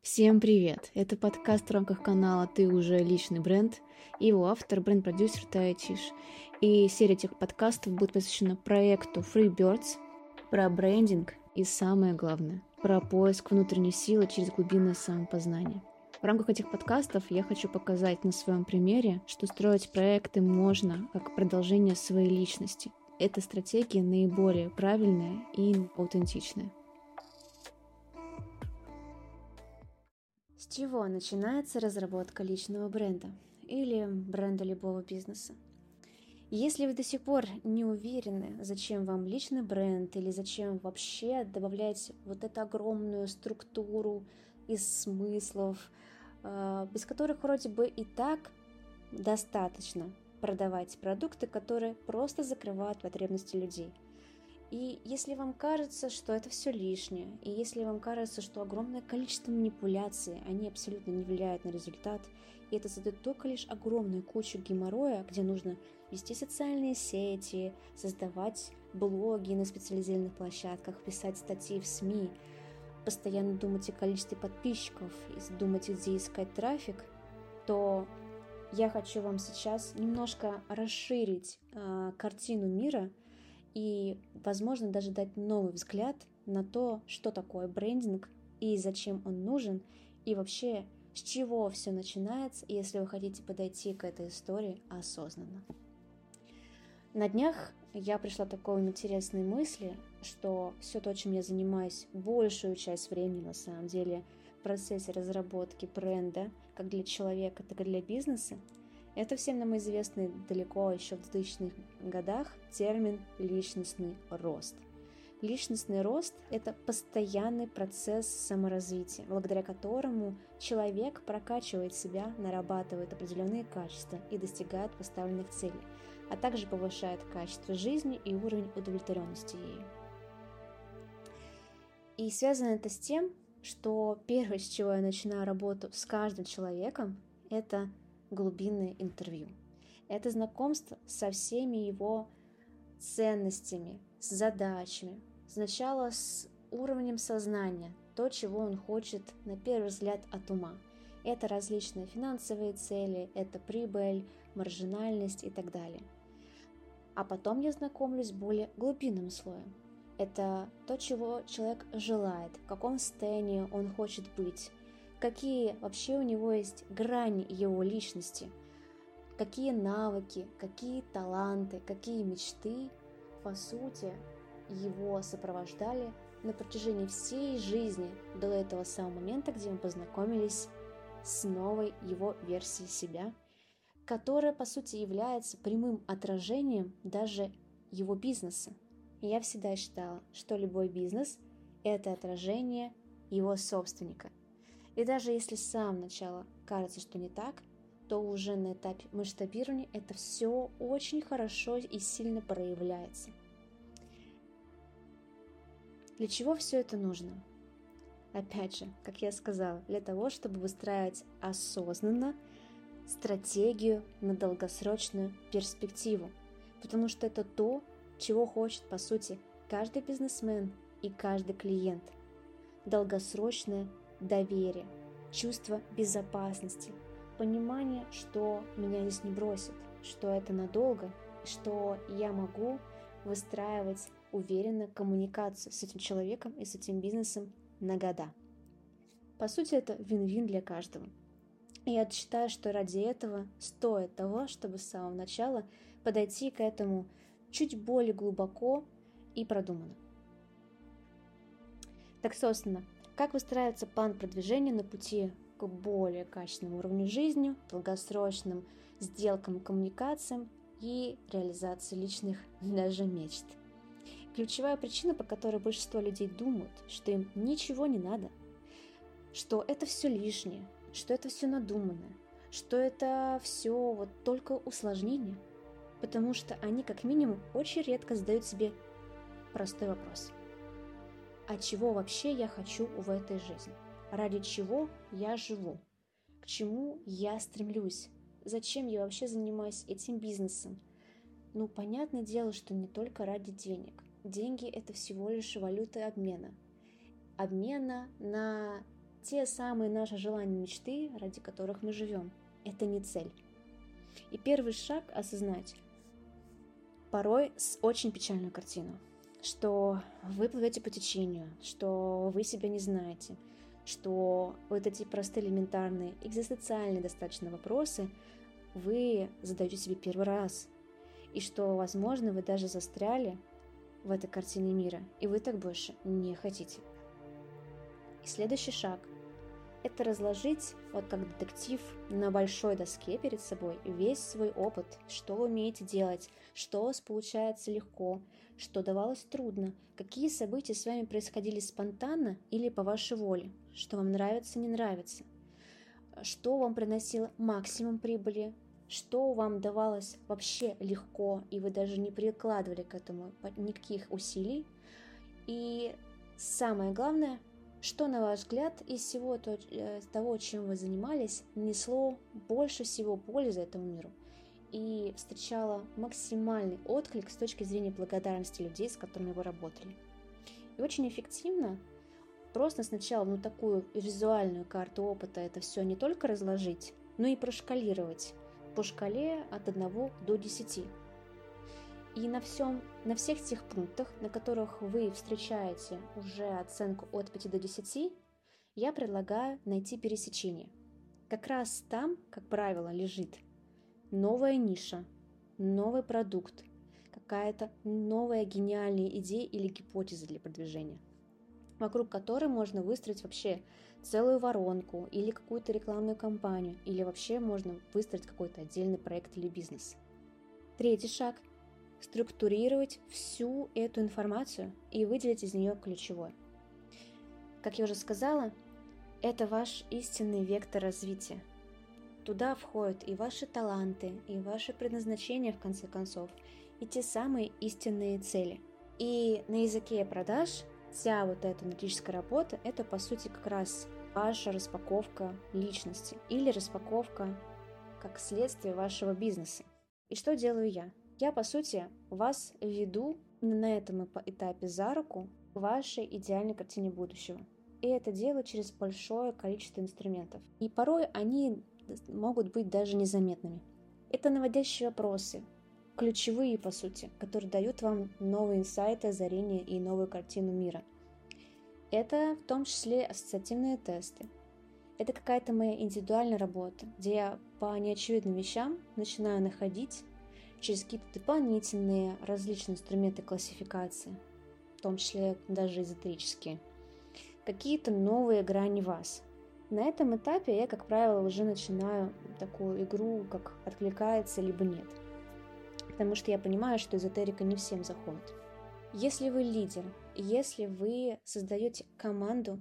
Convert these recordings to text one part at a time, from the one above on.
Всем привет! Это подкаст в рамках канала «Ты уже личный бренд» и его автор, бренд-продюсер Тая Чиш. И серия этих подкастов будет посвящена проекту Freebirds про брендинг и, самое главное, про поиск внутренней силы через глубинное самопознание. В рамках этих подкастов я хочу показать на своем примере, что строить проекты можно как продолжение своей личности. Эта стратегия наиболее правильная и аутентичная. С чего начинается разработка личного бренда или бренда любого бизнеса? Если вы до сих пор не уверены, зачем вам личный бренд или зачем вообще добавлять вот эту огромную структуру из смыслов, без которых вроде бы и так достаточно продавать продукты, которые просто закрывают потребности людей. И если вам кажется, что это все лишнее, и если вам кажется, что огромное количество манипуляций, они абсолютно не влияют на результат, и это создает только лишь огромную кучу геморроя, где нужно вести социальные сети, создавать блоги на специализированных площадках, писать статьи в СМИ, постоянно думать о количестве подписчиков, думать, где искать трафик, то я хочу вам сейчас немножко расширить картину мира и, возможно, даже дать новый взгляд на то, что такое брендинг и зачем он нужен, и вообще, с чего все начинается, если вы хотите подойти к этой истории осознанно. На днях я пришла к такой интересной мысли, что все то, чем я занимаюсь большую часть времени, на самом деле, в процессе разработки бренда, как для человека, так и для бизнеса, это всем нам известный далеко еще в 2000-х годах термин «личностный рост». Личностный рост – это постоянный процесс саморазвития, благодаря которому человек прокачивает себя, нарабатывает определенные качества и достигает поставленных целей, а также повышает качество жизни и уровень удовлетворенности ею. И связано это с тем, что первое, с чего я начинаю работу с каждым человеком, это глубинное интервью. Это знакомство со всеми его ценностями, с задачами, сначала с уровнем сознания, то, чего он хочет на первый взгляд от ума. Это различные финансовые цели, это прибыль, маржинальность и так далее. А потом я знакомлюсь с более глубинным слоем. Это то, чего человек желает, в каком состоянии он хочет быть, какие вообще у него есть грани его личности, какие навыки, какие таланты, какие мечты, по сути, его сопровождали на протяжении всей жизни до этого самого момента, где мы познакомились с новой его версией себя, которая, по сути, является прямым отражением даже его бизнеса. И я всегда считала, что любой бизнес – это отражение его собственника. И даже если с самого начала кажется, что не так, то уже на этапе масштабирования это все очень хорошо и сильно проявляется. Для чего все это нужно? Опять же, как я сказала, для того, чтобы выстраивать осознанно стратегию на долгосрочную перспективу. Потому что это то, чего хочет, по сути, каждый бизнесмен и каждый клиент. Долгосрочное доверие, чувство безопасности, понимание, что меня здесь не бросят, что это надолго, что я могу выстраивать уверенно коммуникацию с этим человеком и с этим бизнесом на года. По сути, это вин-вин для каждого. И я считаю, что ради этого стоит того, чтобы с самого начала подойти к этому чуть более глубоко и продуманно. Так, собственно, как выстраивается план продвижения на пути к более качественному уровню жизни, долгосрочным сделкам и коммуникациям и реализации личных даже мечт? Ключевая причина, по которой большинство людей думают, что им ничего не надо, что это все лишнее, что это все надуманное, что это все вот только усложнение, потому что они как минимум очень редко задают себе простой вопрос. А чего вообще я хочу в этой жизни? Ради чего я живу? К чему я стремлюсь? Зачем я вообще занимаюсь этим бизнесом? Ну, понятное дело, что не только ради денег. Деньги – это всего лишь валюта обмена. Обмена на те самые наши желания, мечты, ради которых мы живем. Это не цель. И первый шаг — осознать порой очень печальную картину, что вы плывете по течению, что вы себя не знаете, что вот эти простые, элементарные, экзистенциальные достаточно вопросы вы задаете себе первый раз, и что, возможно, вы даже застряли в этой картине мира, и вы так больше не хотите. И следующий шаг — это разложить, вот как детектив, на большой доске перед собой весь свой опыт, что вы умеете делать, что у вас получается легко, что давалось трудно, какие события с вами происходили спонтанно или по вашей воле, что вам нравится, не нравится, что вам приносило максимум прибыли, что вам давалось вообще легко, и вы даже не прикладывали к этому никаких усилий. И самое главное, что, на ваш взгляд, из всего того, чем вы занимались, несло больше всего пользы этому миру и встречало максимальный отклик с точки зрения благодарности людей, с которыми вы работали. И очень эффективно просто сначала такую визуальную карту опыта это все не только разложить, но и прошкалировать по шкале от 1 до 10. И на всех тех пунктах, на которых вы встречаете уже оценку от 5 до 10, я предлагаю найти пересечение. Как раз там, как правило, лежит новая ниша, новый продукт, какая-то новая гениальная идея или гипотеза для продвижения, вокруг которой можно выстроить вообще целую воронку или какую-то рекламную кампанию, или вообще можно выстроить какой-то отдельный проект или бизнес. Третий шаг — структурировать всю эту информацию и выделить из нее ключевое. Как я уже сказала, это ваш истинный вектор развития. Туда входят и ваши таланты, и ваше предназначение, в конце концов, и те самые истинные цели. И на языке продаж вся вот эта аналитическая работа — это, по сути, как раз ваша распаковка личности или распаковка как следствие вашего бизнеса. И что делаю я? Я, по сути, вас веду на этом этапе за руку к вашей идеальной картине будущего. И это делаю через большое количество инструментов. И порой они могут быть даже незаметными. Это наводящие вопросы, ключевые, по сути, которые дают вам новые инсайты, озарения и новую картину мира. Это в том числе ассоциативные тесты. Это какая-то моя индивидуальная работа, где я по неочевидным вещам начинаю находить через какие-то дополнительные различные инструменты классификации, в том числе даже эзотерические, какие-то новые грани вас. На этом этапе я, как правило, уже начинаю такую игру, как откликается либо нет. Потому что я понимаю, что эзотерика не всем заходит. Если вы лидер, если вы создаете команду,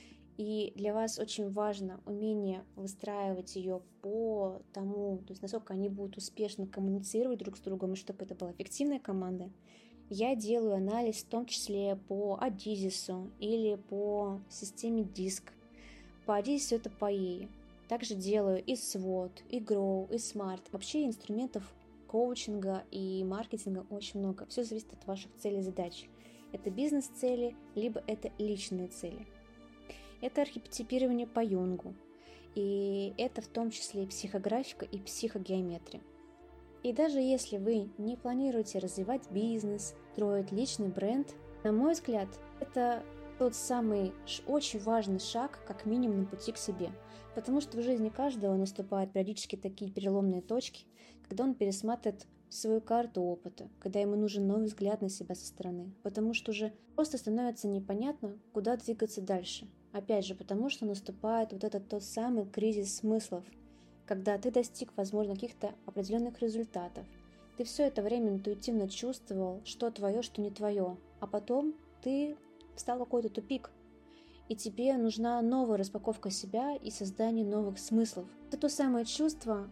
и для вас очень важно умение выстраивать ее по тому, то есть насколько они будут успешно коммуницировать друг с другом, и чтобы это была эффективная команда, я делаю анализ в том числе по Адизису или по системе DISC. По Адизису это по EI. Также делаю и SWOT, и Grow, и SMART. Вообще инструментов коучинга и маркетинга очень много. Все зависит от ваших целей и задач. Это бизнес-цели, либо это личные цели. Это архетипирование по Юнгу. И это в том числе и психографика, и психогеометрия. И даже если вы не планируете развивать бизнес, строить личный бренд, на мой взгляд, это тот самый очень важный шаг, как минимум, на пути к себе. Потому что в жизни каждого наступают периодически такие переломные точки, когда он пересматривает свою карту опыта, когда ему нужен новый взгляд на себя со стороны, потому что уже просто становится непонятно, куда двигаться дальше. Опять же, потому что наступает вот этот тот самый кризис смыслов, когда ты достиг, возможно, каких-то определенных результатов. Ты все это время интуитивно чувствовал, что твое, что не твое, а потом ты встал в какой-то тупик, и тебе нужна новая распаковка себя и создание новых смыслов. Это то самое чувство,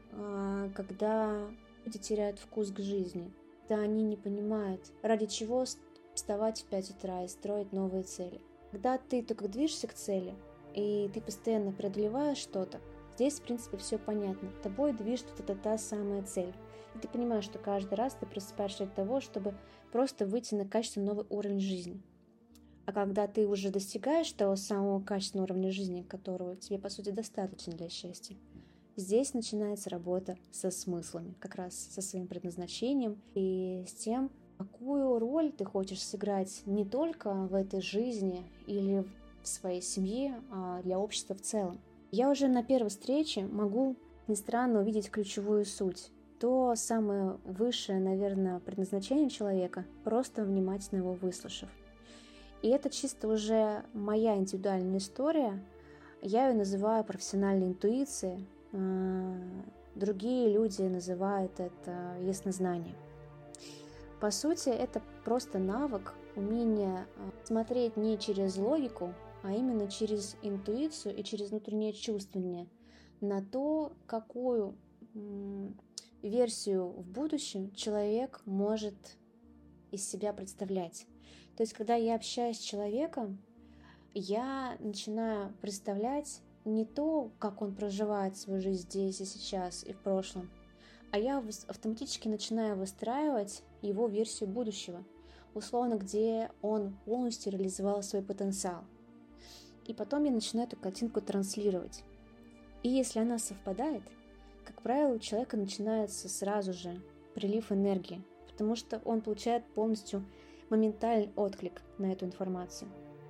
когда люди теряют вкус к жизни, когда они не понимают, ради чего вставать в 5 утра и строить новые цели. Когда ты только движешься к цели, и ты постоянно преодолеваешь что-то, здесь, в принципе, все понятно. Тобой движет вот эта та самая цель. И ты понимаешь, что каждый раз ты просыпаешься для того, чтобы просто выйти на качественно новый уровень жизни. А когда ты уже достигаешь того самого качественного уровня жизни, которого тебе, по сути, достаточно для счастья, здесь начинается работа со смыслами, как раз со своим предназначением и с тем, какую роль ты хочешь сыграть не только в этой жизни или в своей семье, а для общества в целом. Я уже на первой встрече могу, не странно, увидеть ключевую суть. То самое высшее, наверное, предназначение человека, просто внимательно его выслушав. И это чисто уже моя индивидуальная история. Я ее называю профессиональной интуицией. Другие люди называют это яснознание. По сути, это просто навык, умение смотреть не через логику, а именно через интуицию и через внутреннее чувствование на то, какую версию в будущем человек может из себя представлять. То есть, когда я общаюсь с человеком, я начинаю представлять не то, как он проживает свою жизнь здесь и сейчас и в прошлом, а я автоматически начинаю выстраивать его версию будущего, условно, где он полностью реализовал свой потенциал. И потом я начинаю эту картинку транслировать. И если она совпадает, как правило, у человека начинается сразу же прилив энергии, потому что он получает полностью моментальный отклик на эту информацию.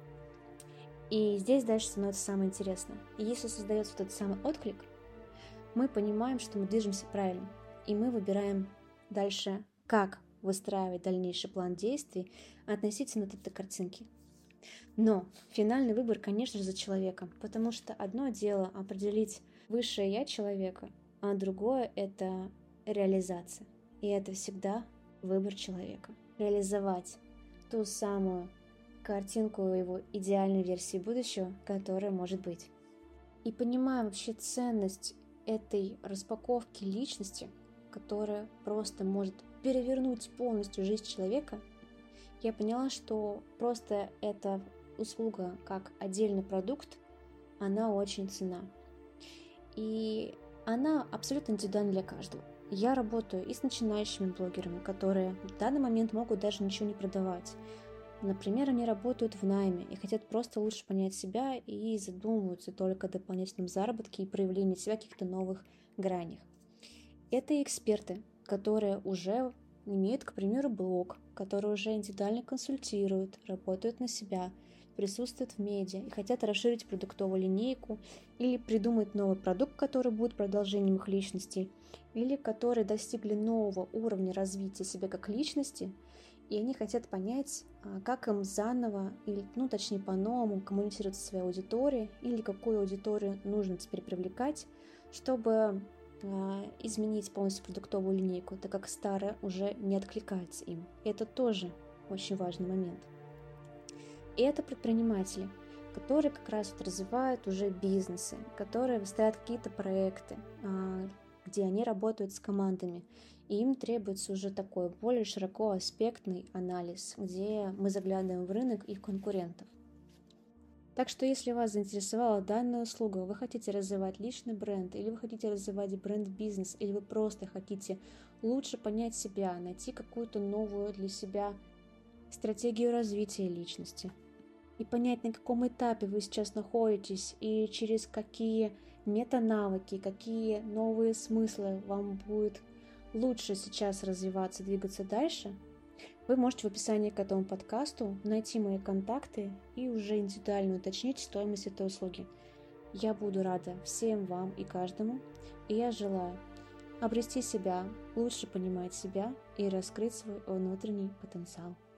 И здесь дальше становится самое интересное. И если создается вот этот самый отклик, мы понимаем, что мы движемся правильно, и мы выбираем дальше, как выстраивать дальнейший план действий относительно этой картинки. Но финальный выбор, конечно же, за человеком, потому что одно дело определить высшее я человека, а другое — это реализация. И это всегда выбор человека. Реализовать ту самую картинку его идеальной версии будущего, которая может быть. И понимая вообще ценность этой распаковки личности, которая просто может перевернуть полностью жизнь человека, я поняла, что просто эта услуга как отдельный продукт, она очень ценна. И она абсолютно индивидуальна для каждого. Я работаю и с начинающими блогерами, которые в данный момент могут даже ничего не продавать. Например, они работают в найме и хотят просто лучше понять себя и задумываются только о дополнительном заработке и проявлении себя в каких-то новых гранях. Это и эксперты, которые уже имеют, к примеру, блог, которые уже индивидуально консультируют, работают на себя, присутствуют в медиа и хотят расширить продуктовую линейку или придумать новый продукт, который будет продолжением их личности, или которые достигли нового уровня развития себя как личности, и они хотят понять, как им заново, или, точнее по-новому коммуницировать со своей аудиторией, или какую аудиторию нужно теперь привлекать, чтобы изменить полностью продуктовую линейку, так как старая уже не откликается им. И это тоже очень важный момент. И это предприниматели, которые как раз развивают уже бизнесы, которые ставят какие-то проекты, где они работают с командами. И им требуется уже такой более широкоаспектный анализ, где мы заглядываем в рынок и в конкурентов. Так что если вас заинтересовала данная услуга, вы хотите развивать личный бренд, или вы хотите развивать бренд-бизнес, или вы просто хотите лучше понять себя, найти какую-то новую для себя стратегию развития личности и понять, на каком этапе вы сейчас находитесь и через какие мета-навыки, какие новые смыслы вам будет лучше сейчас развиваться, двигаться дальше, вы можете в описании к этому подкасту найти мои контакты и уже индивидуально уточнить стоимость этой услуги. Я буду рада всем вам и каждому, и я желаю обрести себя, лучше понимать себя и раскрыть свой внутренний потенциал.